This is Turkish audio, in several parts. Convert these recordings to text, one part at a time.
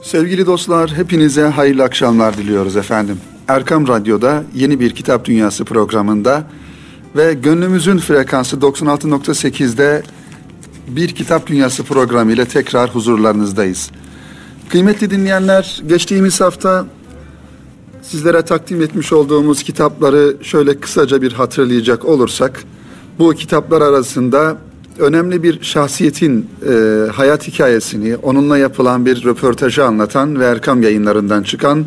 Sevgili dostlar, hepinize hayırlı akşamlar diliyoruz efendim. Erkam Radyo'da yeni bir Kitap Dünyası programında ve gönlümüzün frekansı 96.8'de bir Kitap Dünyası programı ile tekrar huzurlarınızdayız. Kıymetli dinleyenler, geçtiğimiz hafta sizlere takdim etmiş olduğumuz kitapları şöyle kısaca bir hatırlayacak olursak, bu kitaplar arasında önemli bir şahsiyetin hayat hikayesini, onunla yapılan bir röportajı anlatan ve Erkam Yayınlarından çıkan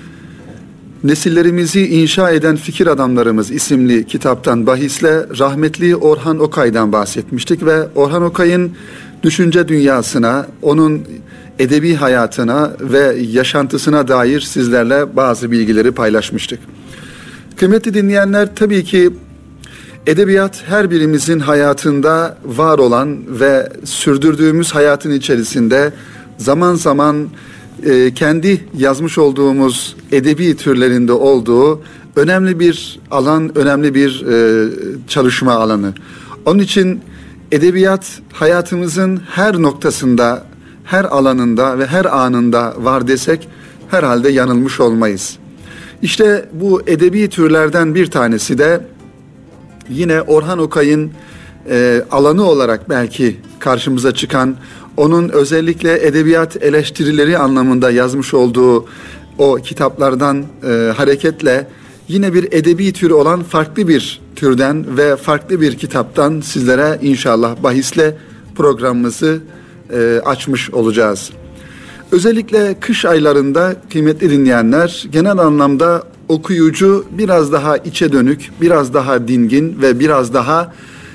Nesillerimizi İnşa Eden Fikir Adamlarımız isimli kitaptan bahisle rahmetli Orhan Okay'dan bahsetmiştik ve Orhan Okay'ın düşünce dünyasına, onun edebi hayatına ve yaşantısına dair sizlerle bazı bilgileri paylaşmıştık. Kıymetli dinleyenler, tabii ki edebiyat her birimizin hayatında var olan ve sürdürdüğümüz hayatın içerisinde zaman zaman kendi yazmış olduğumuz edebi türlerinde olduğu önemli bir alan, önemli bir çalışma alanı. Onun için edebiyat hayatımızın her noktasında, her alanında ve her anında var desek herhalde yanılmış olmayız. İşte bu edebi türlerden bir tanesi de yine Orhan Okay'ın alanı olarak belki karşımıza çıkan, onun özellikle edebiyat eleştirileri anlamında yazmış olduğu o kitaplardan hareketle yine bir edebi tür olan farklı bir türden ve farklı bir kitaptan sizlere inşallah bahisle programımızı açmış olacağız. Özellikle kış aylarında kıymetli dinleyenler, genel anlamda okuyucu biraz daha içe dönük, biraz daha dingin ve biraz daha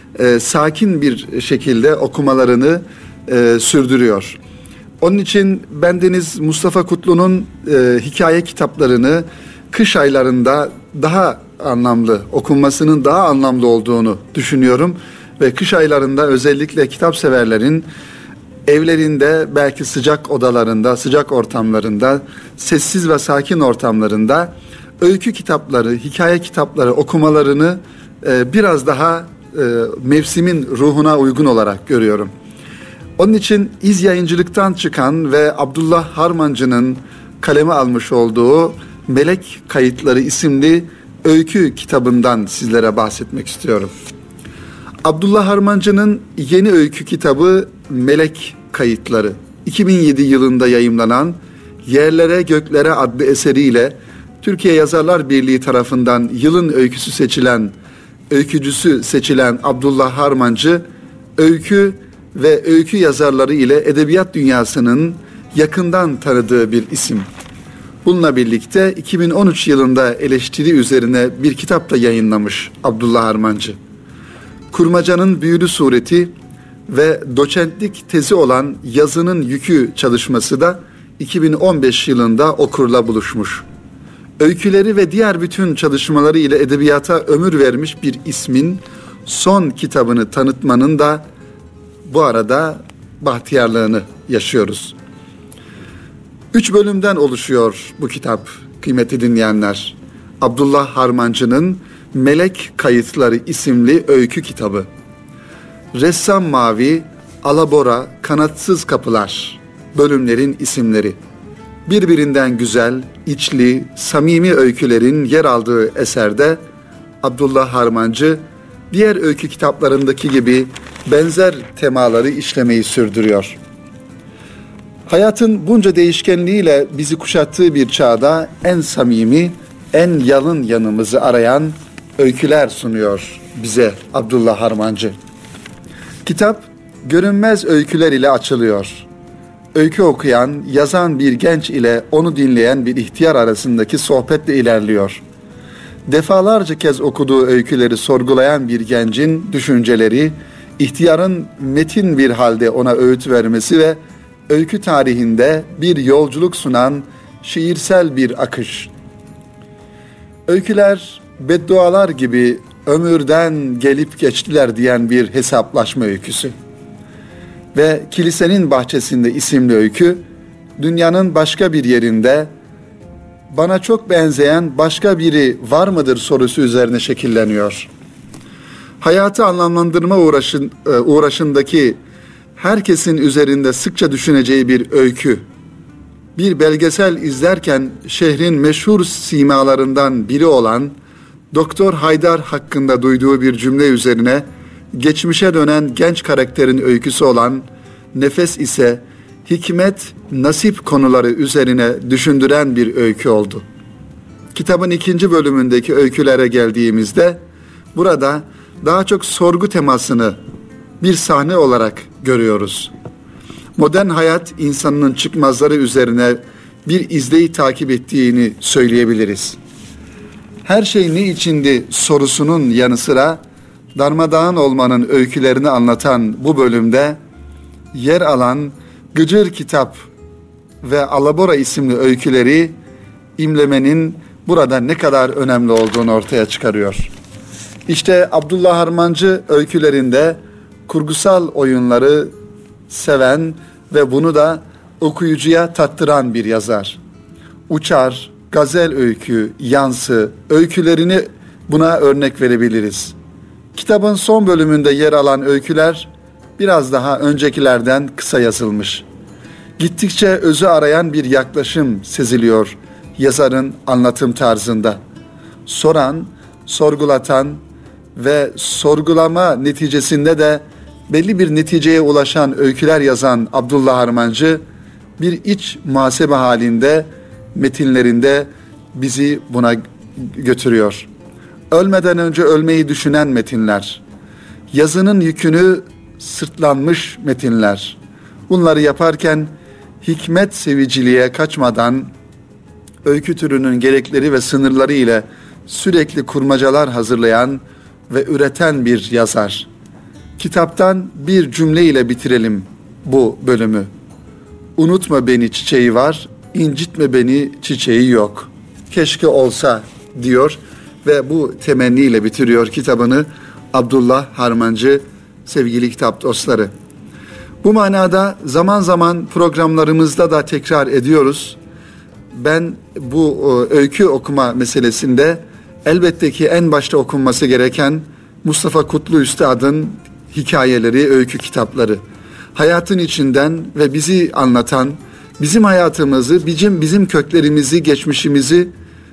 sakin bir şekilde okumalarını sürdürüyor. Onun için bendeniz Mustafa Kutlu'nun hikaye kitaplarını kış aylarında daha anlamlı, okunmasının daha anlamlı olduğunu düşünüyorum. Ve kış aylarında özellikle kitap severlerin evlerinde, belki sıcak odalarında, sıcak ortamlarında, sessiz ve sakin ortamlarında öykü kitapları, hikaye kitapları okumalarını biraz daha mevsimin ruhuna uygun olarak görüyorum. Onun için İz Yayıncılık'tan çıkan ve Abdullah Harmancı'nın kaleme almış olduğu Melek Kayıtları isimli öykü kitabından sizlere bahsetmek istiyorum. Abdullah Harmancı'nın yeni öykü kitabı Melek Kayıtları, 2007 yılında yayımlanan Yerlere Göklere adlı eseriyle Türkiye Yazarlar Birliği tarafından yılın öykücüsü seçilen Abdullah Harmancı, öykü ve öykü yazarları ile edebiyat dünyasının yakından tanıdığı bir isim. Bununla birlikte 2013 yılında eleştiri üzerine bir kitap da yayınlamış Abdullah Harmancı. Kurmacanın Büyülü Sureti ve doçentlik tezi olan Yazının Yükü çalışması da 2015 yılında okurla buluşmuş. Öyküleri ve diğer bütün çalışmaları ile edebiyata ömür vermiş bir ismin son kitabını tanıtmanın da bu arada bahtiyarlığını yaşıyoruz. 3 bölümden oluşuyor bu kitap kıymetli dinleyenler. Abdullah Harmancı'nın Melek Kayıtları isimli öykü kitabı. Ressam Mavi, Alabora, Kanatsız Kapılar bölümlerin isimleri. Birbirinden güzel, içli, samimi öykülerin yer aldığı eserde Abdullah Harmancı diğer öykü kitaplarındaki gibi benzer temaları işlemeyi sürdürüyor. Hayatın bunca değişkenliğiyle bizi kuşattığı bir çağda en samimi, en yalın yanımızı arayan öyküler sunuyor bize Abdullah Harmancı. Kitap görünmez öyküler ile açılıyor. Öykü okuyan, yazan bir genç ile onu dinleyen bir ihtiyar arasındaki sohbetle ilerliyor. Defalarca kez okuduğu öyküleri sorgulayan bir gencin düşünceleri, ihtiyarın metin bir halde ona öğüt vermesi ve öykü tarihinde bir yolculuk sunan şiirsel bir akış. Öyküler beddualar gibi ömürden gelip geçtiler diyen bir hesaplaşma öyküsü. Ve Kilisenin Bahçesinde isimli öykü, dünyanın başka bir yerinde bana çok benzeyen başka biri var mıdır sorusu üzerine şekilleniyor. Hayatı anlamlandırma uğraşındaki herkesin üzerinde sıkça düşüneceği bir öykü. bir belgesel izlerken şehrin meşhur simalarından biri olan Doktor Haydar hakkında duyduğu bir cümle üzerine geçmişe dönen genç karakterin öyküsü olan Nefes ise hikmet, nasip konuları üzerine düşündüren bir öykü oldu. Kitabın 2. bölümündeki öykülere geldiğimizde burada daha çok sorgu temasını bir sahne olarak görüyoruz. Modern hayat insanının çıkmazları üzerine bir izleyi takip ettiğini söyleyebiliriz. Her şey ne içindi sorusunun yanı sıra darmadağın olmanın öykülerini anlatan bu bölümde yer alan Gıcır Kitap ve Alabora isimli öyküleri imlemenin burada ne kadar önemli olduğunu ortaya çıkarıyor. İşte Abdullah Harmancı öykülerinde kurgusal oyunları seven ve bunu da okuyucuya tattıran bir yazar. Uçar, gazel öykü, yansı öykülerini buna örnek verebiliriz. Kitabın son bölümünde yer alan öyküler biraz daha öncekilerden kısa yazılmış. Gittikçe özü arayan bir yaklaşım seziliyor yazarın anlatım tarzında. Soran, sorgulatan ve sorgulama neticesinde de belli bir neticeye ulaşan öyküler yazan Abdullah Harmancı bir iç muhasebe halinde metinlerinde bizi buna götürüyor. Ölmeden önce ölmeyi düşünen metinler, yazının yükünü sırtlanmış metinler. Bunları yaparken hikmet seviciliğe kaçmadan öykü türünün gerekleri ve sınırları ile sürekli kurmacalar hazırlayan ve üreten bir yazar. Kitaptan bir cümle ile bitirelim bu bölümü. Unutma beni çiçeği var, incitme beni çiçeği yok. Keşke olsa diyor ve bu temenniyle bitiriyor kitabını Abdullah Harmancı sevgili kitap dostları. Bu manada zaman zaman programlarımızda da tekrar ediyoruz. Ben bu öykü okuma meselesinde elbette ki en başta okunması gereken Mustafa Kutlu Üstad'ın hikayeleri, öykü kitapları. Hayatın içinden ve bizi anlatan, bizim hayatımızı, bizim köklerimizi, geçmişimizi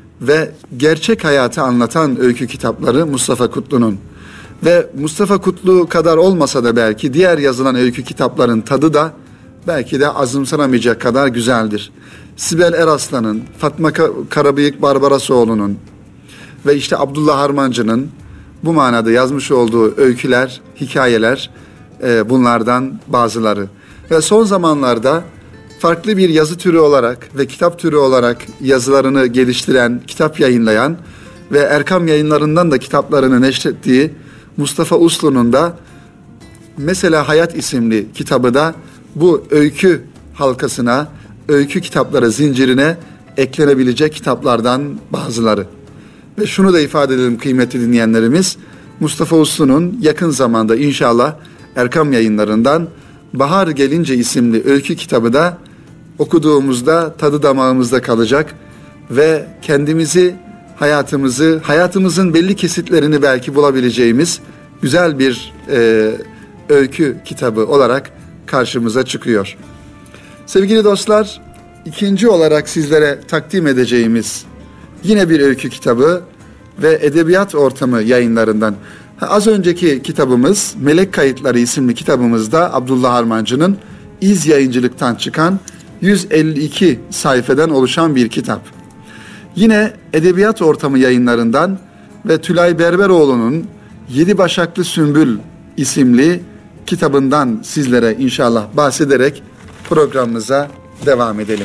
ve gerçek hayatı anlatan öykü kitapları Mustafa Kutlu'nun. Ve Mustafa Kutlu kadar olmasa da belki diğer yazılan öykü kitapların tadı da belki de azımsanamayacak kadar güzeldir. Sibel Eraslan'ın, Fatma Karabıyık Barbarasoğlu'nun ve işte Abdullah Harmancı'nın bu manada yazmış olduğu öyküler, hikayeler bunlardan bazıları. Ve son zamanlarda farklı bir yazı türü olarak ve kitap türü olarak yazılarını geliştiren, kitap yayınlayan ve Erkam Yayınlarından da kitaplarını neşrettiği Mustafa Uslu'nun da Mesela Hayat isimli kitabı da bu öykü halkasına, öykü kitapları zincirine eklenebilecek kitaplardan bazıları. Ve şunu da ifade edelim kıymetli dinleyenlerimiz, Mustafa Uslu'nun yakın zamanda inşallah Erkam Yayınlarından Bahar Gelince isimli öykü kitabı da okuduğumuzda tadı damağımızda kalacak ve kendimizi, hayatımızın belli kesitlerini belki bulabileceğimiz güzel bir öykü kitabı olarak karşımıza çıkıyor. Sevgili dostlar, ikinci olarak sizlere takdim edeceğimiz yine bir öykü kitabı ve Edebiyat Ortamı Yayınlarından. Az önceki kitabımız Melek Kayıtları isimli kitabımızda Abdullah Harmancı'nın İz Yayıncılık'tan çıkan 152 sayfadan oluşan bir kitap. Yine Edebiyat Ortamı Yayınlarından ve Tülay Berberoğlu'nun Yedi Başaklı Sümbül isimli kitabından sizlere inşallah bahsederek programımıza devam edelim.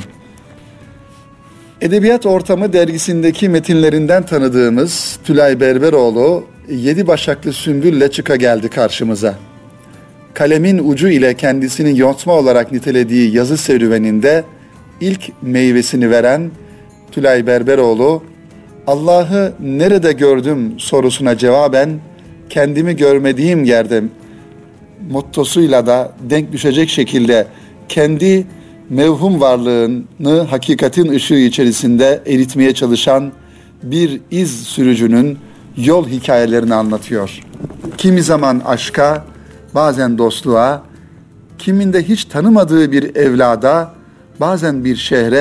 Edebiyat Ortamı dergisindeki metinlerinden tanıdığımız Tülay Berberoğlu Yedi Başaklı Sümbül'le çıka geldi karşımıza. Kalemin ucu ile kendisini yontma olarak nitelediği yazı serüveninde ilk meyvesini veren Tülay Berberoğlu, Allah'ı nerede gördüm sorusuna cevaben kendimi görmediğim yerde mottosuyla da denk düşecek şekilde kendi mevhum varlığını hakikatin ışığı içerisinde eritmeye çalışan bir iz sürücünün yol hikayelerini anlatıyor. Kimi zaman aşka, bazen dostluğa, kiminde hiç tanımadığı bir evlada, bazen bir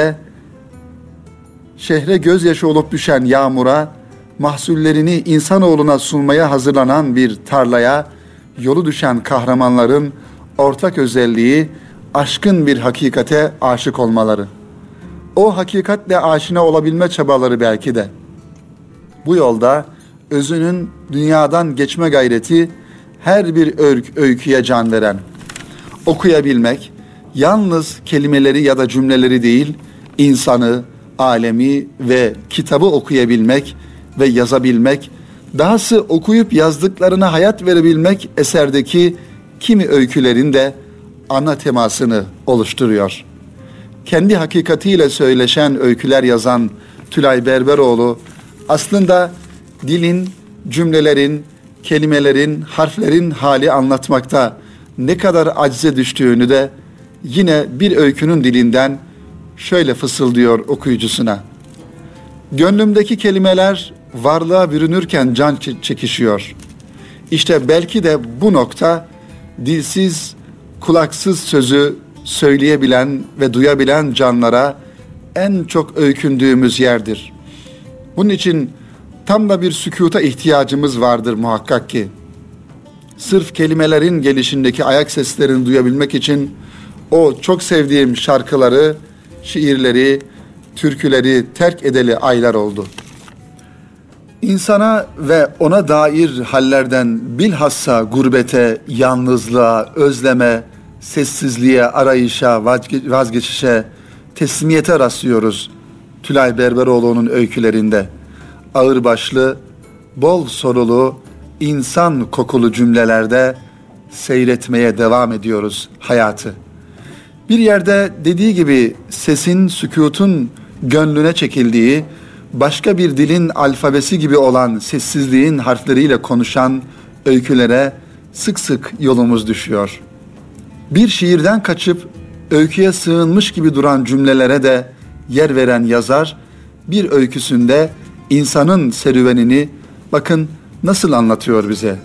şehre gözyaşı olup düşen yağmura, mahsullerini insanoğluna sunmaya hazırlanan bir tarlaya, yolu düşen kahramanların ortak özelliği aşkın bir hakikate aşık olmaları. O hakikatle aşina olabilme çabaları belki de. Bu yolda özünün dünyadan geçme gayreti her bir öyküye can veren. Okuyabilmek, yalnız kelimeleri ya da cümleleri değil, insanı, alemi ve kitabı okuyabilmek ve yazabilmek, dahası okuyup yazdıklarına hayat verebilmek eserdeki kimi öykülerin de ana temasını oluşturuyor. Kendi hakikatiyle söyleşen öyküler yazan Tülay Berberoğlu aslında dilin, cümlelerin, kelimelerin, harflerin hali anlatmakta ne kadar acize düştüğünü de yine bir öykünün dilinden şöyle fısıldıyor okuyucusuna. Gönlümdeki kelimeler varlığa bürünürken can çekişiyor. İşte belki de bu nokta dilsiz, kulaksız sözü söyleyebilen ve duyabilen canlara en çok öykündüğümüz yerdir. Bunun için tam da bir sükuta ihtiyacımız vardır muhakkak ki. Sırf kelimelerin gelişindeki ayak seslerini duyabilmek için o çok sevdiğim şarkıları, şiirleri, türküleri terk edeli aylar oldu. İnsana ve ona dair hallerden bilhassa gurbete, yalnızlığa, özleme, sessizliğe, arayışa, vazgeçişe, teslimiyete rastlıyoruz Tülay Berberoğlu'nun öykülerinde. Ağırbaşlı, bol sorulu, insan kokulu cümlelerde seyretmeye devam ediyoruz hayatı. Bir yerde dediği gibi sesin, sükûtun gönlüne çekildiği, başka bir dilin alfabesi gibi olan sessizliğin harfleriyle konuşan öykülere sık sık yolumuz düşüyor. Bir şiirden kaçıp öyküye sığınmış gibi duran cümlelere de yer veren yazar, bir öyküsünde insanın serüvenini bakın nasıl anlatıyor bize.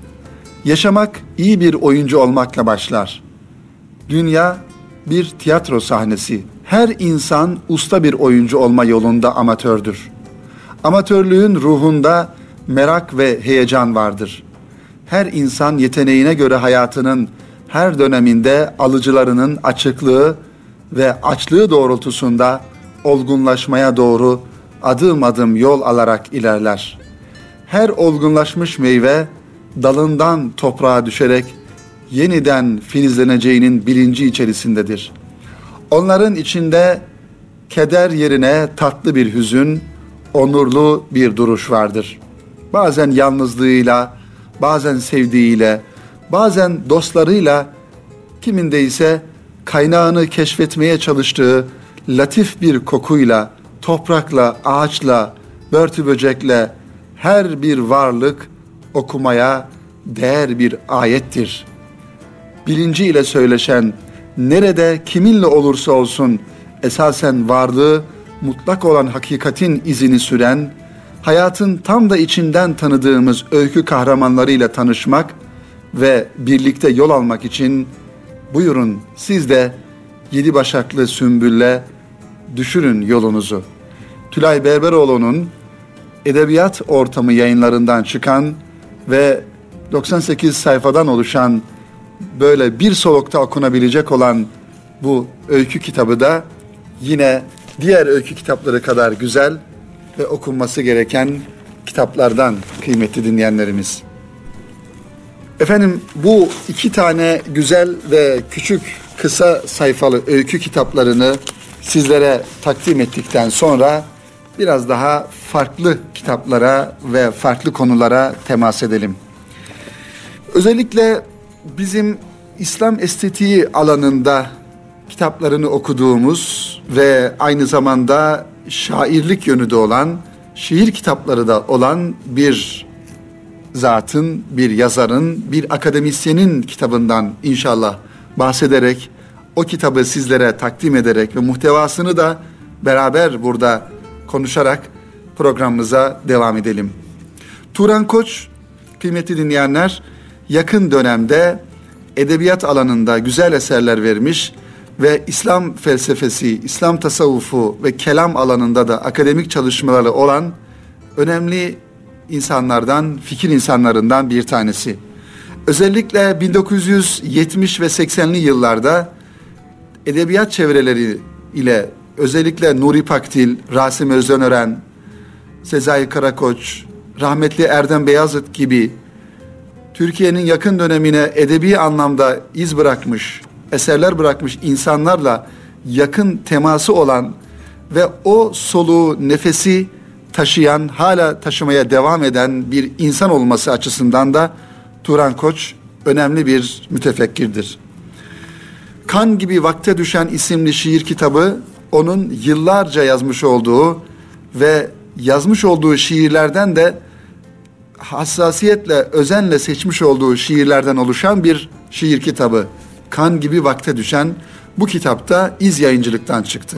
Yaşamak iyi bir oyuncu olmakla başlar. Dünya bir tiyatro sahnesi. Her insan usta bir oyuncu olma yolunda amatördür. Amatörlüğün ruhunda merak ve heyecan vardır. Her insan yeteneğine göre hayatının her döneminde alıcılarının açıklığı ve açlığı doğrultusunda olgunlaşmaya doğru adım adım yol alarak ilerler. Her olgunlaşmış meyve dalından toprağa düşerek yeniden filizleneceğinin bilinci içerisindedir. Onların içinde keder yerine tatlı bir hüzün, onurlu bir duruş vardır. Bazen yalnızlığıyla, bazen sevdiğiyle, bazen dostlarıyla, kiminde ise kaynağını keşfetmeye çalıştığı latif bir kokuyla, toprakla, ağaçla, börtü böcekle her bir varlık okumaya değer bir ayettir. Bilinciyle söyleşen, nerede kiminle olursa olsun esasen varlığı mutlak olan hakikatin izini süren, hayatın tam da içinden tanıdığımız öykü kahramanlarıyla tanışmak ve birlikte yol almak için buyurun siz de yedi başaklı sümbülle düşürün yolunuzu. Tülay Berberoğlu'nun Edebiyat Ortamı yayınlarından çıkan ve 98 sayfadan oluşan böyle bir solukta okunabilecek olan bu öykü kitabı da yine diğer öykü kitapları kadar güzel ve okunması gereken kitaplardan kıymetli dinleyenlerimiz. Efendim bu iki tane güzel ve küçük kısa sayfalı öykü kitaplarını sizlere takdim ettikten sonra biraz daha farklı kitaplara ve farklı konulara temas edelim. Özellikle bizim İslam estetiği alanında kitaplarını okuduğumuz ve aynı zamanda şairlik yönü de olan, şiir kitapları da olan bir zatın, bir yazarın, bir akademisyenin kitabından inşallah bahsederek, o kitabı sizlere takdim ederek ve muhtevasını da beraber burada konuşarak programımıza devam edelim. Turan Koç, kıymetli dinleyenler, yakın dönemde edebiyat alanında güzel eserler vermiş ve İslam felsefesi, İslam tasavvufu ve kelam alanında da akademik çalışmaları olan önemli insanlardan, fikir insanlarından bir tanesi. Özellikle 1970 ve 80'li yıllarda edebiyat çevreleri ile özellikle Nuri Pakdil, Rasim Özdenören, Sezai Karakoç, rahmetli Erdem Beyazıt gibi Türkiye'nin yakın dönemine edebi anlamda iz bırakmış, eserler bırakmış insanlarla yakın teması olan ve o soluğu, nefesi taşıyan, hala taşımaya devam eden bir insan olması açısından da Turan Koç önemli bir mütefekkirdir. Kan gibi vakte düşen isimli şiir kitabı onun yıllarca yazmış olduğu ve yazmış olduğu şiirlerden de hassasiyetle, özenle seçmiş olduğu şiirlerden oluşan bir şiir kitabı. Kan gibi vakte düşen bu kitapta İz Yayıncılık'tan çıktı.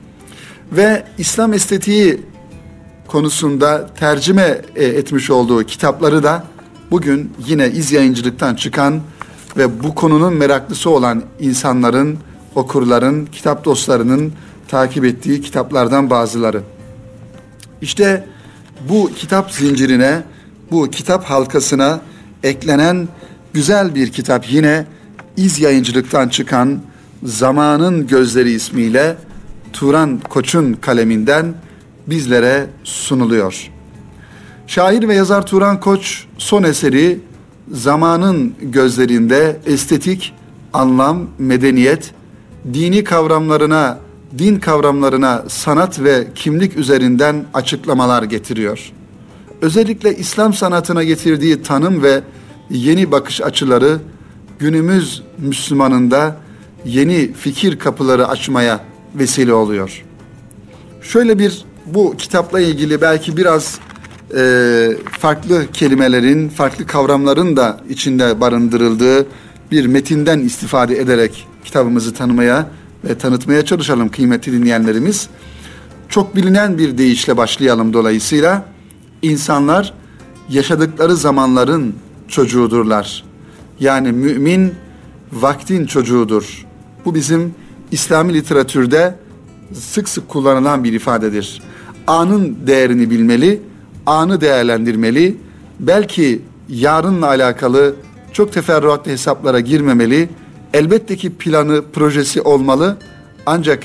Ve İslam estetiği konusunda tercüme etmiş olduğu kitapları da bugün yine İz Yayıncılık'tan çıkan ve bu konunun meraklısı olan insanların, okurların, kitap dostlarının takip ettiği kitaplardan bazıları. İşte bu kitap zincirine, bu kitap halkasına eklenen güzel bir kitap yine İz Yayıncılık'tan çıkan Zamanın Gözleri ismiyle Turan Koç'un kaleminden bizlere sunuluyor. Şair ve yazar Turan Koç son eseri zamanın gözlerinde estetik, anlam, medeniyet, din kavramlarına sanat ve kimlik üzerinden açıklamalar getiriyor. Özellikle İslam sanatına getirdiği tanım ve yeni bakış açıları günümüz Müslümanında yeni fikir kapıları açmaya vesile oluyor. Şöyle bu kitapla ilgili belki biraz farklı kelimelerin, farklı kavramların da içinde barındırıldığı bir metinden istifade ederek kitabımızı tanımaya ve tanıtmaya çalışalım kıymetli dinleyenlerimiz. Çok bilinen bir deyişle başlayalım dolayısıyla. İnsanlar yaşadıkları zamanların çocuğudurlar. Yani mümin vaktin çocuğudur. Bu bizim İslami literatürde sık sık kullanılan bir ifadedir. Anın değerini bilmeli, anı değerlendirmeli, belki yarınla alakalı çok teferruatlı hesaplara girmemeli, elbette ki planı, projesi olmalı, ancak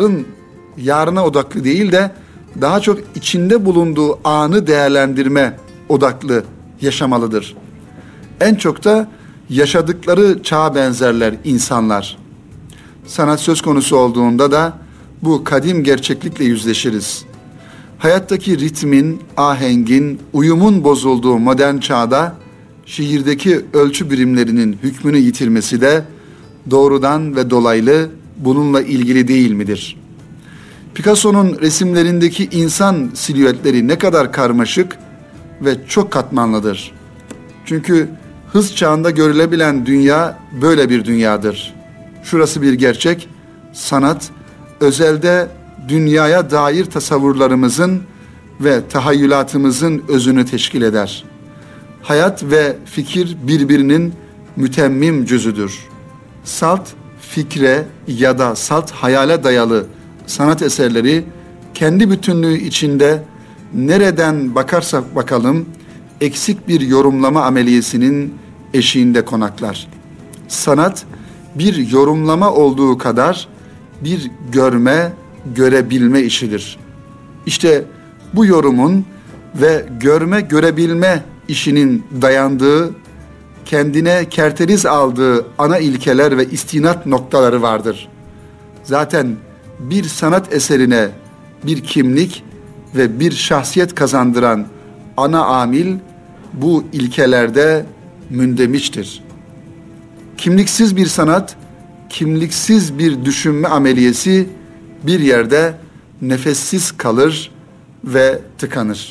yarına odaklı değil de daha çok içinde bulunduğu anı değerlendirme odaklı yaşamalıdır. En çok da yaşadıkları çağa benzerler insanlar. Sanat söz konusu olduğunda da bu kadim gerçeklikle yüzleşiriz. Hayattaki ritmin, ahengin, uyumun bozulduğu modern çağda şiirdeki ölçü birimlerinin hükmünü yitirmesi de doğrudan ve dolaylı bununla ilgili değil midir? Picasso'nun resimlerindeki insan silüetleri ne kadar karmaşık ve çok katmanlıdır. Çünkü hız çağında görülebilen dünya böyle bir dünyadır. Şurası bir gerçek, sanat özelde dünyaya dair tasavvurlarımızın ve tahayyülatımızın özünü teşkil eder. Hayat ve fikir birbirinin mütemmim cüzüdür. Salt fikre ya da salt hayale dayalı sanat eserleri kendi bütünlüğü içinde nereden bakarsak bakalım eksik bir yorumlama ameliyesinin eşiğinde konaklar. Sanat bir yorumlama olduğu kadar bir görme, görebilme işidir. İşte bu yorumun ve görme, görebilme işinin dayandığı, kendine kerteriz aldığı ana ilkeler ve istinat noktaları vardır. Zaten bir sanat eserine bir kimlik ve bir şahsiyet kazandıran ana amil bu ilkelerde mündemiştir. Kimliksiz bir sanat, kimliksiz bir düşünme ameliyesi bir yerde nefessiz kalır ve tıkanır.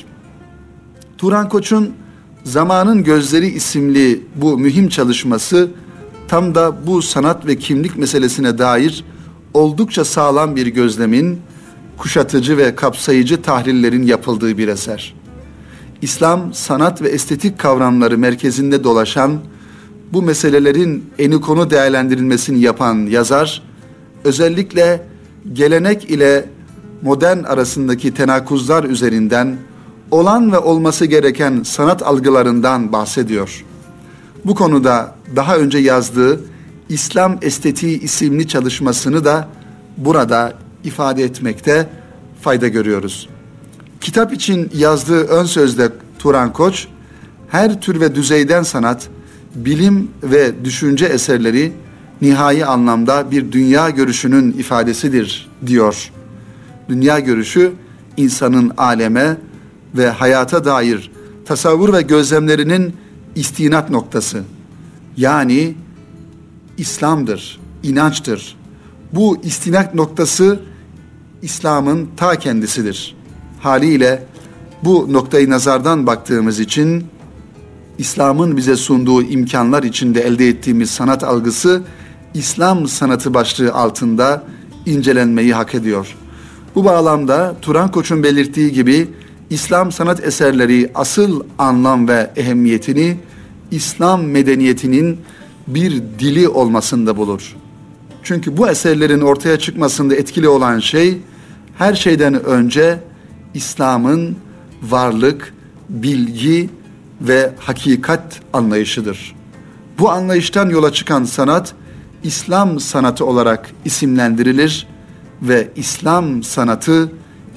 Turan Koç'un Zamanın Gözleri isimli bu mühim çalışması tam da bu sanat ve kimlik meselesine dair oldukça sağlam bir gözlemin, kuşatıcı ve kapsayıcı tahlillerin yapıldığı bir eser. İslam, sanat ve estetik kavramları merkezinde dolaşan, bu meselelerin eni konu değerlendirilmesini yapan yazar, özellikle gelenek ile modern arasındaki tenakuzlar üzerinden olan ve olması gereken sanat algılarından bahsediyor. Bu konuda daha önce yazdığı İslam Estetiği isimli çalışmasını da burada ifade etmekte fayda görüyoruz. Kitap için yazdığı ön sözde Turan Koç, her tür ve düzeyden sanat, bilim ve düşünce eserleri nihai anlamda bir dünya görüşünün ifadesidir diyor. Dünya görüşü insanın aleme ve hayata dair tasavvur ve gözlemlerinin istinat noktası. Yani İslam'dır, inançtır. Bu istinat noktası İslam'ın ta kendisidir. Haliyle bu noktayı nazardan baktığımız için İslam'ın bize sunduğu imkanlar içinde elde ettiğimiz sanat algısı İslam sanatı başlığı altında incelenmeyi hak ediyor. Bu bağlamda Turan Koç'un belirttiği gibi İslam sanat eserleri asıl anlam ve ehemmiyetini İslam medeniyetinin bir dili olmasında bulur. Çünkü bu eserlerin ortaya çıkmasında etkili olan şey her şeyden önce İslam'ın varlık, bilgi ve hakikat anlayışıdır. Bu anlayıştan yola çıkan sanat İslam sanatı olarak isimlendirilir ve İslam sanatı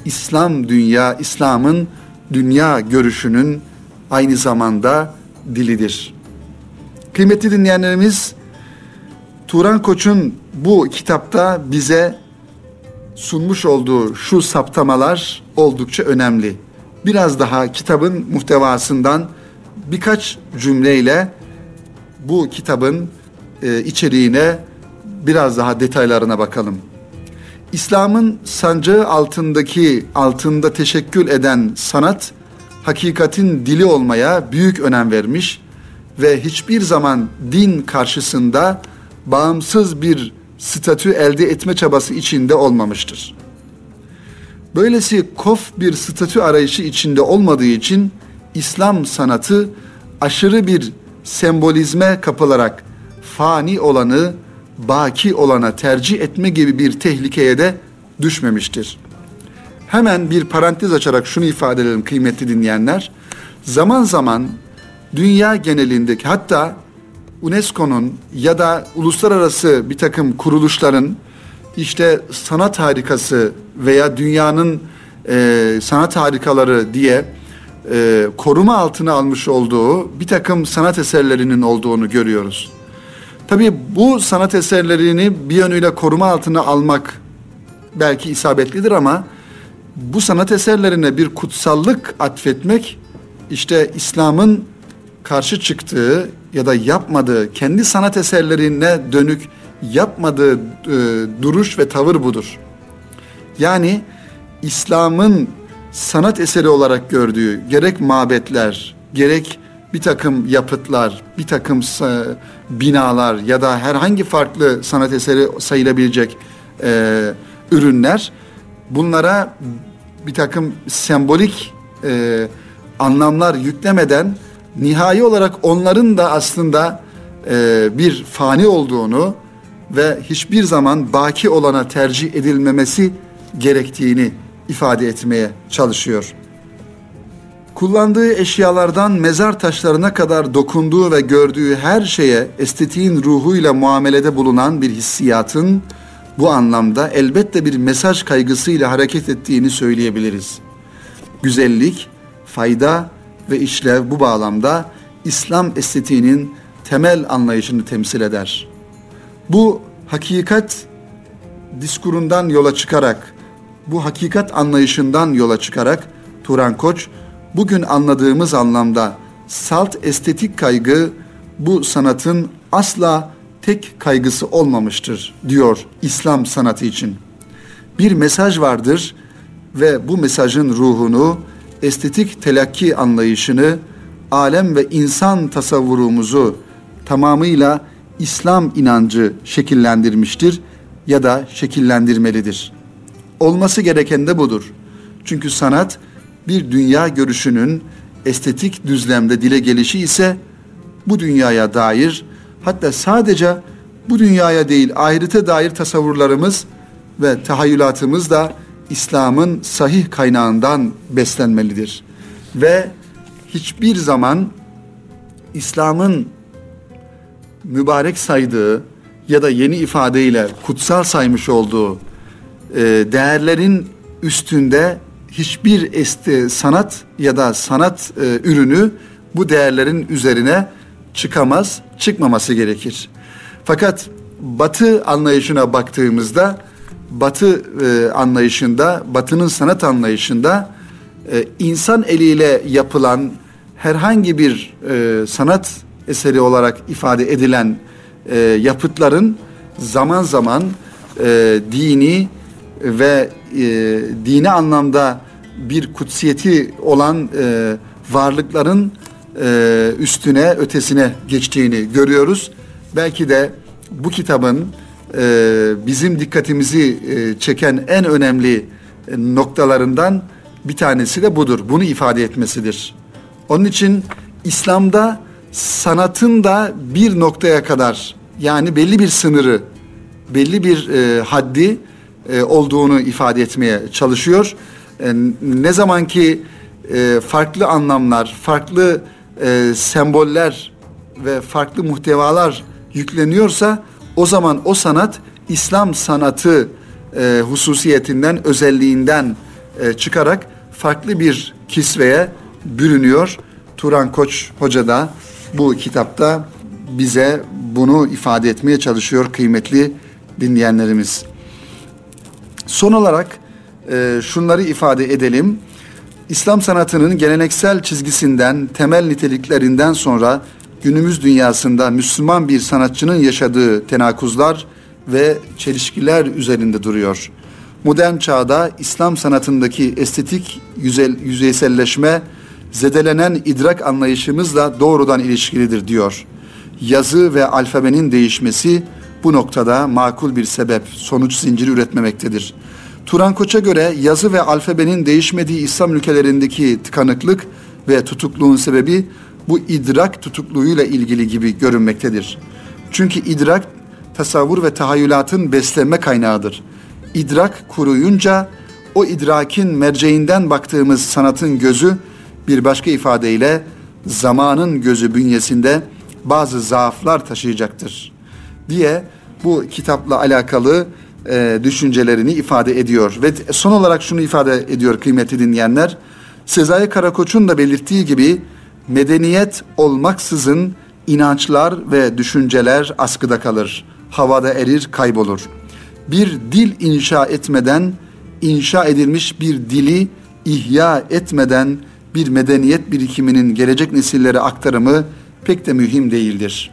İslam'ın dünya görüşünün aynı zamanda dilidir. Kıymetli dinleyenlerimiz, Turan Koç'un bu kitapta bize sunmuş olduğu şu saptamalar oldukça önemli. Biraz daha kitabın muhtevasından birkaç cümleyle bu kitabın içeriğine biraz daha detaylarına bakalım. İslam'ın sancağı altında teşekkül eden sanat, hakikatin dili olmaya büyük önem vermiş ve hiçbir zaman din karşısında bağımsız bir statü elde etme çabası içinde olmamıştır. Böylesi kof bir statü arayışı içinde olmadığı için İslam sanatı aşırı bir sembolizme kapılarak fani olanı baki olana tercih etme gibi bir tehlikeye de düşmemiştir. Hemen bir parantez açarak şunu ifade edelim kıymetli dinleyenler. Zaman zaman dünya genelindeki, hatta UNESCO'nun ya da uluslararası bir takım kuruluşların işte sanat harikası veya dünyanın sanat harikaları diye koruma altına almış olduğu bir takım sanat eserlerinin olduğunu görüyoruz. Tabii bu sanat eserlerini bir yönüyle koruma altına almak belki isabetlidir ama bu sanat eserlerine bir kutsallık atfetmek işte İslam'ın karşı çıktığı ya da yapmadığı, kendi sanat eserlerine dönük yapmadığı duruş ve tavır budur. Yani İslam'ın sanat eseri olarak gördüğü gerek mabetler, gerek bir takım yapıtlar, bir takım binalar ya da herhangi farklı sanat eseri sayılabilecek ürünler, bunlara bir takım sembolik anlamlar yüklemeden nihai olarak onların da aslında bir fani olduğunu ve hiçbir zaman baki olana tercih edilmemesi gerektiğini ifade etmeye çalışıyor. Kullandığı eşyalardan mezar taşlarına kadar dokunduğu ve gördüğü her şeye estetiğin ruhuyla muamelede bulunan bir hissiyatın bu anlamda elbette bir mesaj kaygısıyla hareket ettiğini söyleyebiliriz. Güzellik, fayda ve işlev bu bağlamda İslam estetiğinin temel anlayışını temsil eder. Bu hakikat diskurundan yola çıkarak, bu hakikat anlayışından yola çıkarak Turan Koç, bugün anladığımız anlamda salt estetik kaygı bu sanatın asla tek kaygısı olmamıştır diyor İslam sanatı için. Bir mesaj vardır ve bu mesajın ruhunu, estetik telakki anlayışını, alem ve insan tasavvurumuzu tamamıyla İslam inancı şekillendirmiştir ya da şekillendirmelidir. Olması gereken de budur. Çünkü sanat bir dünya görüşünün estetik düzlemde dile gelişi ise bu dünyaya dair, hatta sadece bu dünyaya değil ahirete dair tasavvurlarımız ve tahayyülatımız da İslam'ın sahih kaynağından beslenmelidir. Ve hiçbir zaman İslam'ın mübarek saydığı ya da yeni ifadeyle kutsal saymış olduğu değerlerin üstünde hiçbir sanat ya da sanat ürünü bu değerlerin üzerine çıkamaz, çıkmaması gerekir. Fakat Batı anlayışına baktığımızda, Batı anlayışında, Batı'nın sanat anlayışında insan eliyle yapılan herhangi bir sanat eseri olarak ifade edilen yapıtların zaman zaman dini ve dini anlamda bir kutsiyeti olan varlıkların üstüne, ötesine geçtiğini görüyoruz. Belki de bu kitabın bizim dikkatimizi çeken en önemli noktalarından bir tanesi de budur. Bunu ifade etmesidir. Onun için İslam'da sanatın da bir noktaya kadar, yani belli bir sınırı, belli bir haddi olduğunu ifade etmeye çalışıyor. Ne zaman ki farklı anlamlar, farklı semboller ve farklı muhtevalar yükleniyorsa, o zaman o sanat İslam sanatı hususiyetinden, özelliğinden çıkarak farklı bir kisveye bürünüyor. Turan Koç Hoca da bu kitapta bize bunu ifade etmeye çalışıyor kıymetli dinleyenlerimiz. Son olarak şunları ifade edelim. İslam sanatının geleneksel çizgisinden, temel niteliklerinden sonra günümüz dünyasında Müslüman bir sanatçının yaşadığı tenakuzlar ve çelişkiler üzerinde duruyor. Modern çağda İslam sanatındaki estetik yüzeyselleşme, zedelenen idrak anlayışımızla doğrudan ilişkilidir diyor. Yazı ve alfabenin değişmesi bu noktada makul bir sebep, sonuç zinciri üretmemektedir. Turan Koç'a göre yazı ve alfabenin değişmediği İslam ülkelerindeki tıkanıklık ve tutukluğun sebebi bu idrak tutukluğuyla ilgili gibi görünmektedir. Çünkü idrak, tasavvur ve tahayyülatın beslenme kaynağıdır. İdrak kuruyunca o idrakin merceğinden baktığımız sanatın gözü, bir başka ifadeyle zamanın gözü bünyesinde bazı zaaflar taşıyacaktır diye bu kitapla alakalı düşüncelerini ifade ediyor. Ve son olarak şunu ifade ediyor kıymetli dinleyenler. Sezai Karakoç'un da belirttiği gibi medeniyet olmaksızın inançlar ve düşünceler askıda kalır, havada erir, kaybolur. Bir dil inşa etmeden, inşa edilmiş bir dili ihya etmeden bir medeniyet birikiminin gelecek nesillere aktarımı pek de mühim değildir.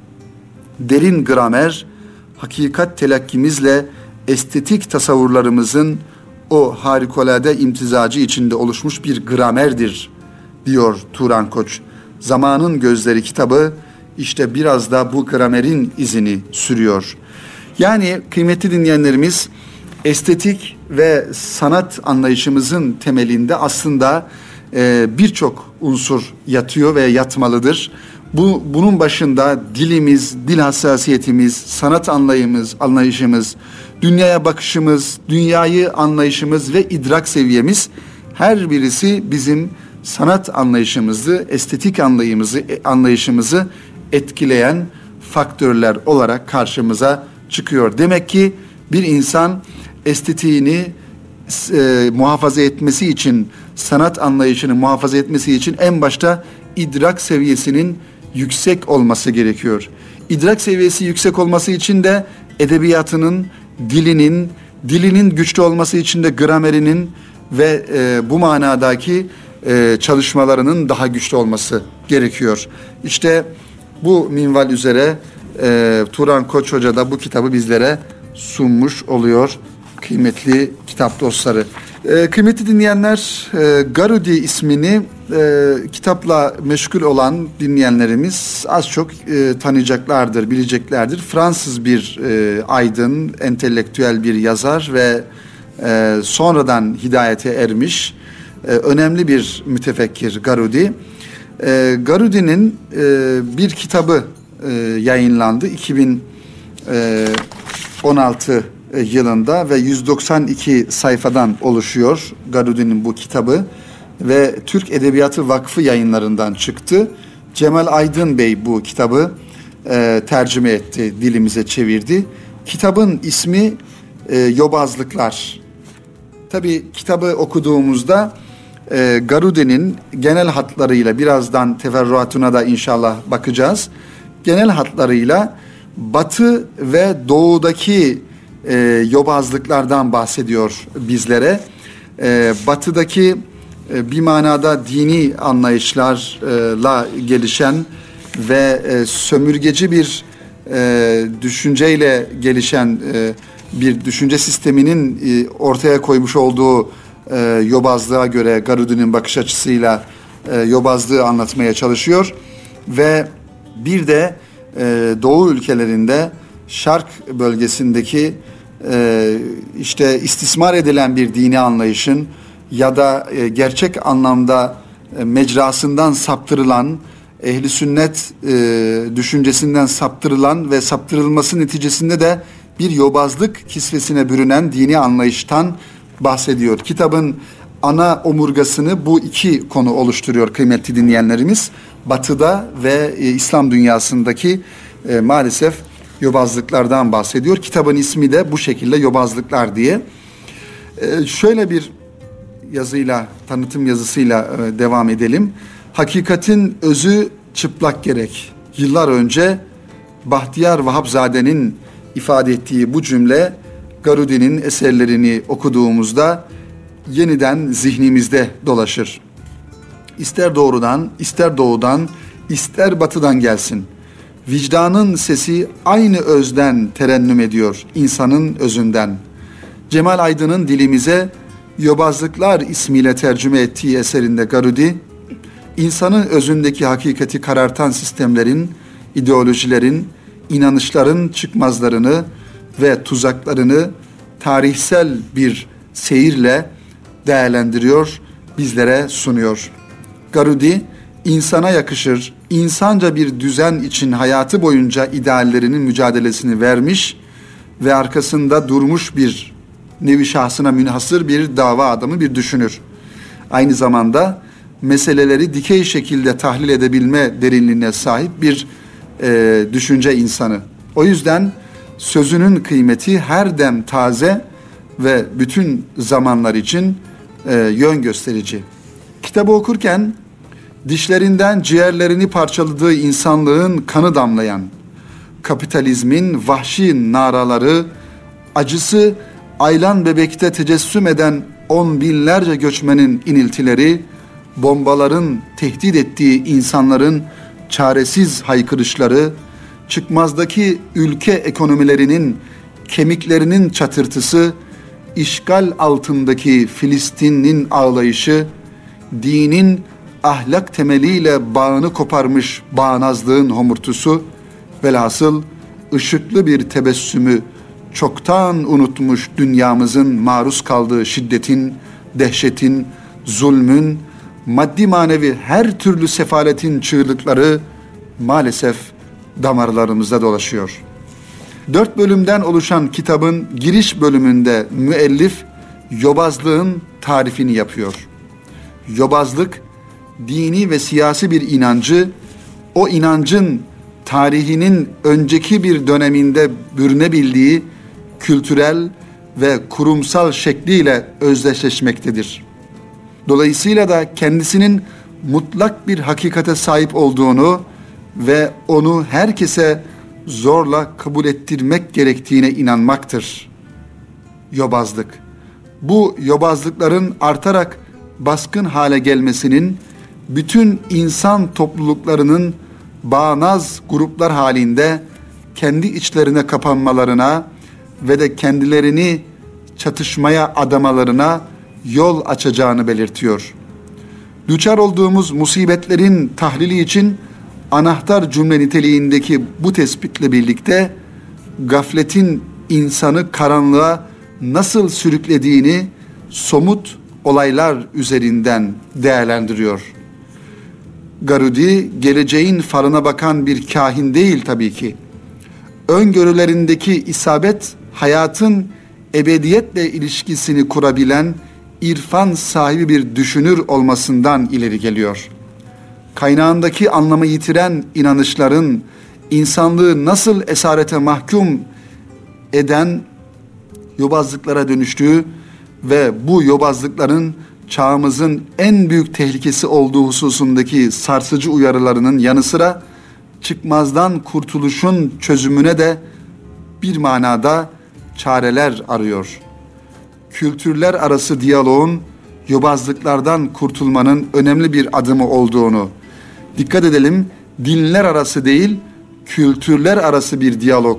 Derin gramer, hakikat telakkimizle estetik tasavvurlarımızın o harikulade imtizacı içinde oluşmuş bir gramerdir, diyor Turan Koç. Zamanın Gözleri kitabı işte biraz da bu gramerin izini sürüyor. Yani kıymetli dinleyenlerimiz, estetik ve sanat anlayışımızın temelinde aslında birçok unsur yatıyor ve yatmalıdır. Bunun başında dilimiz, dil hassasiyetimiz, sanat anlayışımız, dünyaya bakışımız, dünyayı anlayışımız ve idrak seviyemiz, her birisi bizim sanat anlayışımızı, estetik anlayışımızı etkileyen faktörler olarak karşımıza çıkıyor. Demek ki bir insan estetiğini muhafaza etmesi için, sanat anlayışını muhafaza etmesi için en başta idrak seviyesinin yüksek olması gerekiyor. İdrak seviyesi yüksek olması için de edebiyatının, dilinin güçlü olması için de gramerinin ve bu manadaki çalışmalarının daha güçlü olması gerekiyor. İşte bu minval üzere Turan Koç Hoca da bu kitabı bizlere sunmuş oluyor kıymetli kitap dostları. Kıymetli dinleyenler, Garudi ismini kitapla meşgul olan dinleyenlerimiz az çok tanıyacaklardır, bileceklerdir. Fransız bir aydın, entelektüel bir yazar ve sonradan hidayete ermiş önemli bir mütefekkir Garudi. Garudi'nin bir kitabı yayınlandı 16 yılında ve 192 sayfadan oluşuyor Garudi'nin bu kitabı ve Türk Edebiyatı Vakfı yayınlarından çıktı. Cemal Aydın Bey bu kitabı tercüme etti, dilimize çevirdi. Kitabın ismi Yobazlıklar. Tabii kitabı okuduğumuzda Garudi'nin genel hatlarıyla, birazdan teferruatına da inşallah bakacağız. Genel hatlarıyla Batı ve Doğu'daki yobazlıklardan bahsediyor bizlere. Batı'daki bir manada dini anlayışlarla gelişen ve sömürgeci bir düşünceyle gelişen bir düşünce sisteminin ortaya koymuş olduğu yobazlığa göre Garudi'nin bakış açısıyla yobazlığı anlatmaya çalışıyor. Ve bir de Doğu ülkelerinde Şark bölgesindeki işte istismar edilen bir dini anlayışın ya da gerçek anlamda mecrasından saptırılan, ehli sünnet düşüncesinden saptırılan ve saptırılması neticesinde de bir yobazlık kisvesine bürünen dini anlayıştan bahsediyor. Kitabın ana omurgasını bu iki konu oluşturuyor kıymetli dinleyenlerimiz. Batı'da ve İslam dünyasındaki maalesef yobazlıklardan bahsediyor. Kitabın ismi de bu şekilde Yobazlıklar diye. Şöyle bir yazıyla, tanıtım yazısıyla devam edelim. Hakikatin özü çıplak gerek. Yıllar önce Bahtiyar Vahapzade'nin ifade ettiği bu cümle Garudi'nin eserlerini okuduğumuzda yeniden zihnimizde dolaşır. İster doğrudan, ister doğudan, ister batıdan gelsin. Vicdanın sesi aynı özden terennüm ediyor, insanın özünden. Cemal Aydın'ın dilimize Yobazlıklar ismiyle tercüme ettiği eserinde Garudi, insanın özündeki hakikati karartan sistemlerin, ideolojilerin, inanışların çıkmazlarını ve tuzaklarını tarihsel bir seyirle değerlendiriyor, bizlere sunuyor. Garudi, insana yakışır, insanca bir düzen için hayatı boyunca ideallerinin mücadelesini vermiş ve arkasında durmuş bir nevi şahsına münhasır bir dava adamı, bir düşünür. Aynı zamanda meseleleri dikey şekilde tahlil edebilme derinliğine sahip bir düşünce insanı. O yüzden sözünün kıymeti her dem taze ve bütün zamanlar için yön gösterici. Kitabı okurken dişlerinden ciğerlerini parçaladığı insanlığın kanı damlayan, kapitalizmin vahşi naraları, acısı Aylan Bebek'te tecessüm eden on binlerce göçmenin iniltileri, bombaların tehdit ettiği insanların çaresiz haykırışları, çıkmazdaki ülke ekonomilerinin kemiklerinin çatırtısı, işgal altındaki Filistin'in ağlayışı, dinin ahlak temeliyle bağını koparmış bağnazlığın homurtusu, velhasıl ışıklı bir tebessümü çoktan unutmuş dünyamızın maruz kaldığı şiddetin, dehşetin, zulmün, maddi manevi her türlü sefaletin çığlıkları maalesef damarlarımızda dolaşıyor. 4 bölümden oluşan kitabın giriş bölümünde müellif yobazlığın tarifini yapıyor. Yobazlık, dini ve siyasi bir inancı, o inancın tarihinin önceki bir döneminde bürünebildiği kültürel ve kurumsal şekliyle özdeşleşmektedir. Dolayısıyla da kendisinin mutlak bir hakikate sahip olduğunu ve onu herkese zorla kabul ettirmek gerektiğine inanmaktır. Yobazlık. Bu yobazlıkların artarak baskın hale gelmesinin bütün insan topluluklarının bağnaz gruplar halinde kendi içlerine kapanmalarına ve de kendilerini çatışmaya adamalarına yol açacağını belirtiyor. Düçar olduğumuz musibetlerin tahlili için anahtar cümle niteliğindeki bu tespitle birlikte gafletin insanı karanlığa nasıl sürüklediğini somut olaylar üzerinden değerlendiriyor. Garudi geleceğin falına bakan bir kahin değil tabii ki. öngörülerindeki isabet, hayatın ebediyetle ilişkisini kurabilen irfan sahibi bir düşünür olmasından ileri geliyor. Kaynağındaki anlamı yitiren inanışların insanlığı nasıl esarete mahkum eden yobazlıklara dönüştüğü ve bu yobazlıkların çağımızın en büyük tehlikesi olduğu hususundaki sarsıcı uyarılarının yanı sıra çıkmazdan kurtuluşun çözümüne de bir manada çareler arıyor. Kültürler arası diyaloğun yobazlıklardan kurtulmanın önemli bir adımı olduğunu, dikkat edelim, dinler arası değil, kültürler arası bir diyalog,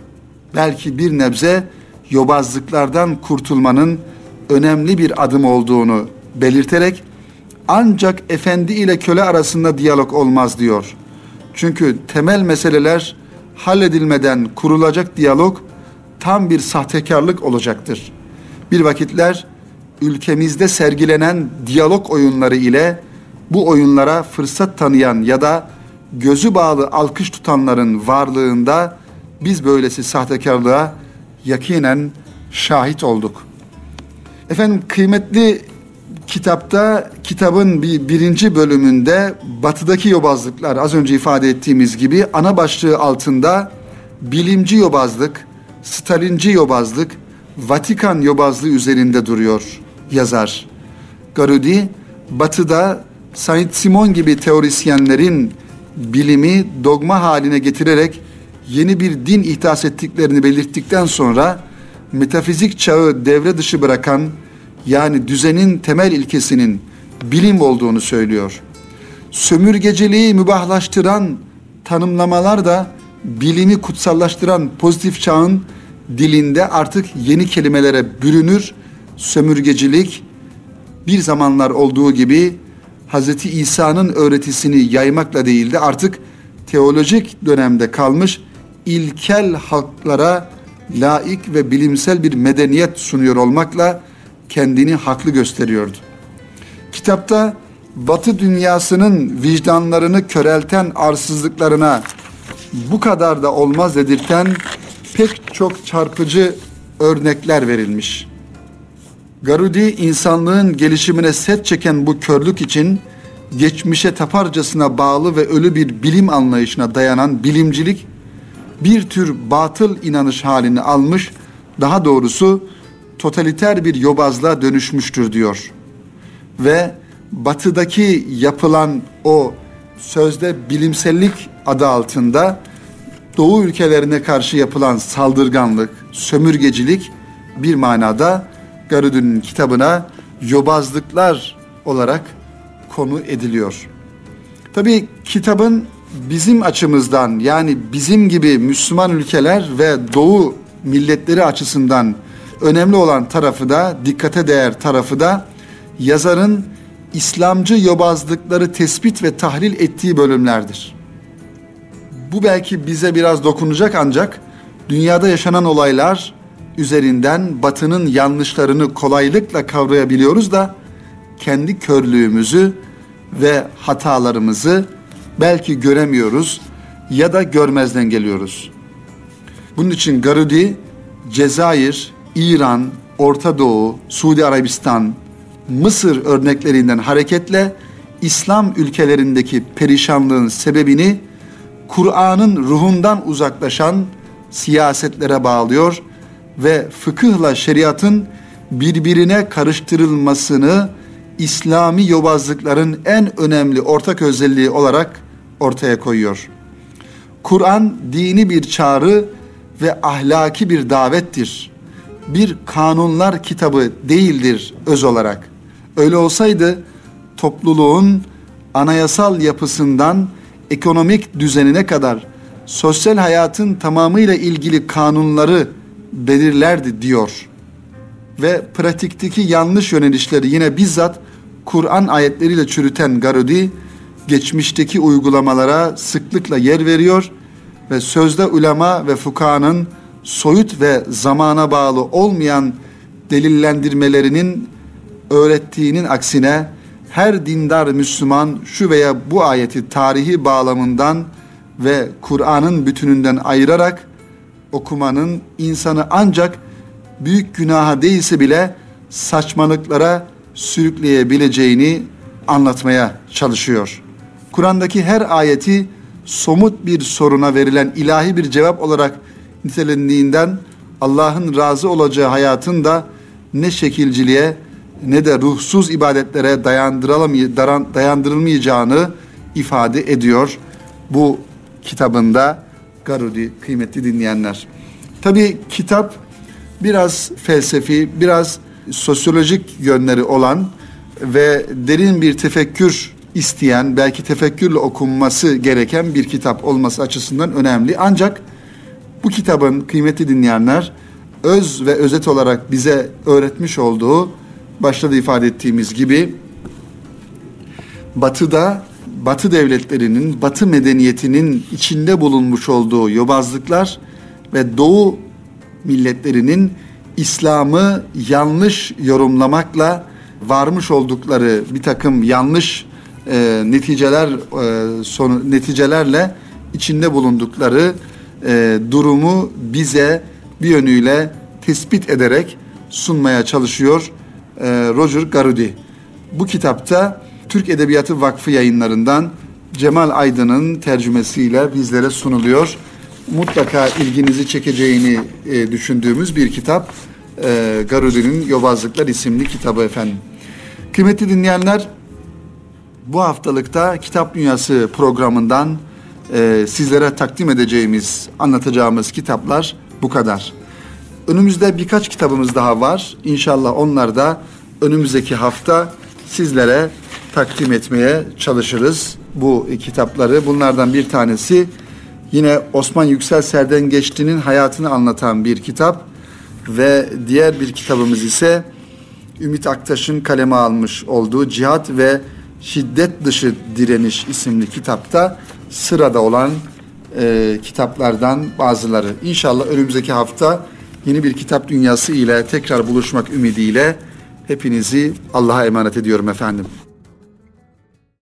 belki bir nebze yobazlıklardan kurtulmanın önemli bir adım olduğunu belirterek, ancak efendi ile köle arasında diyalog olmaz diyor. Çünkü temel meseleler halledilmeden kurulacak diyalog tam bir sahtekarlık olacaktır. Bir vakitler ülkemizde sergilenen diyalog oyunları ile bu oyunlara fırsat tanıyan ya da gözü bağlı alkış tutanların varlığında biz böylesi sahtekarlığa yakinen şahit olduk. Efendim, kıymetli kitapta, kitabın birinci bölümünde batıdaki yobazlıklar, az önce ifade ettiğimiz gibi ana başlığı altında bilimci yobazlık, Stalinci yobazlık, Vatikan yobazlığı üzerinde duruyor yazar. Garudi, batıda Saint-Simon gibi teorisyenlerin bilimi dogma haline getirerek yeni bir din ihdas ettiklerini belirttikten sonra metafizik çağı devre dışı bırakan, yani düzenin temel ilkesinin bilim olduğunu söylüyor. Sömürgeciliği mübahlaştıran tanımlamalar da bilimi kutsallaştıran pozitif çağın dilinde artık yeni kelimelere bürünür. Sömürgecilik bir zamanlar olduğu gibi Hz. İsa'nın öğretisini yaymakla değil de artık teolojik dönemde kalmış ilkel halklara laik ve bilimsel bir medeniyet sunuyor olmakla kendini haklı gösteriyordu. Kitapta Batı dünyasının vicdanlarını körelten arsızlıklarına bu kadar da olmaz dedirten pek çok çarpıcı örnekler verilmiş. Garudi, insanlığın gelişimine set çeken bu körlük için geçmişe taparcasına bağlı ve ölü bir bilim anlayışına dayanan bilimcilik bir tür batıl inanış halini almış, daha doğrusu totaliter bir yobazlığa dönüşmüştür diyor. Ve batıdaki yapılan o sözde bilimsellik adı altında Doğu ülkelerine karşı yapılan saldırganlık, sömürgecilik bir manada Garudi'nin kitabına yobazlıklar olarak konu ediliyor. Tabii kitabın bizim açımızdan, yani bizim gibi Müslüman ülkeler ve Doğu milletleri açısından önemli olan tarafı da, dikkate değer tarafı da yazarın İslamcı yobazlıkları tespit ve tahlil ettiği bölümlerdir. Bu belki bize biraz dokunacak, ancak dünyada yaşanan olaylar üzerinden Batı'nın yanlışlarını kolaylıkla kavrayabiliyoruz da kendi körlüğümüzü ve hatalarımızı belki göremiyoruz ya da görmezden geliyoruz. Bunun için Garudi, Cezayir, İran, Orta Doğu, Suudi Arabistan, Mısır örneklerinden hareketle İslam ülkelerindeki perişanlığın sebebini Kur'an'ın ruhundan uzaklaşan siyasetlere bağlıyor ve fıkıhla şeriatın birbirine karıştırılmasını İslami yobazlıkların en önemli ortak özelliği olarak ortaya koyuyor. Kur'an dini bir çağrı ve ahlaki bir davettir. Bir kanunlar kitabı değildir öz olarak. Öyle olsaydı topluluğun anayasal yapısından ekonomik düzenine kadar sosyal hayatın tamamıyla ilgili kanunları belirlerdi diyor. Ve pratikteki yanlış yönelişleri yine bizzat Kur'an ayetleriyle çürüten Garudi, geçmişteki uygulamalara sıklıkla yer veriyor ve sözde ulema ve fukahanın soyut ve zamana bağlı olmayan delillendirmelerinin öğrettiğinin aksine her dindar Müslüman şu veya bu ayeti tarihi bağlamından ve Kur'an'ın bütününden ayırarak okumanın insanı ancak büyük günaha değilse bile saçmalıklara sürükleyebileceğini anlatmaya çalışıyor. Kur'an'daki her ayeti somut bir soruna verilen ilahi bir cevap olarak nitelendiğinden Allah'ın razı olacağı hayatın da ne şekilciliğe ne de ruhsuz ibadetlere dayandırılmayacağını ifade ediyor bu kitabında Garudi, kıymetli dinleyenler. Tabii kitap biraz felsefi, biraz sosyolojik yönleri olan ve derin bir tefekkür isteyen, belki tefekkürle okunması gereken bir kitap olması açısından önemli. Ancak bu kitabın, kıymetli dinleyenler, öz ve özet olarak bize öğretmiş olduğu, başta da ifade ettiğimiz gibi, Batı devletlerinin, Batı medeniyetinin içinde bulunmuş olduğu yobazlıklar ve Doğu milletlerinin İslam'ı yanlış yorumlamakla varmış oldukları bir takım yanlış neticelerle içinde bulundukları durumu bize bir yönüyle tespit ederek sunmaya çalışıyor Roger Garudi. Bu kitapta Türk Edebiyatı Vakfı yayınlarından Cemal Aydın'ın tercümesiyle bizlere sunuluyor. Mutlaka ilginizi çekeceğini düşündüğümüz bir kitap. Garudi'nin Yobazlıklar isimli kitabı efendim. Kıymetli dinleyenler, bu haftalıkta Kitap Dünyası programından sizlere takdim edeceğimiz, anlatacağımız kitaplar bu kadar. Önümüzde birkaç kitabımız daha var. İnşallah onlar da önümüzdeki hafta sizlere takdim etmeye çalışırız bu kitapları. Bunlardan bir tanesi yine Osman Yüksel Serdengeçli'nin hayatını anlatan bir kitap ve diğer bir kitabımız ise Ümit Aktaş'ın kaleme almış olduğu Cihat ve Şiddet Dışı Direniş isimli kitapta sırada olan kitaplardan bazıları. İnşallah önümüzdeki hafta yeni bir kitap dünyası ile tekrar buluşmak ümidiyle hepinizi Allah'a emanet ediyorum efendim.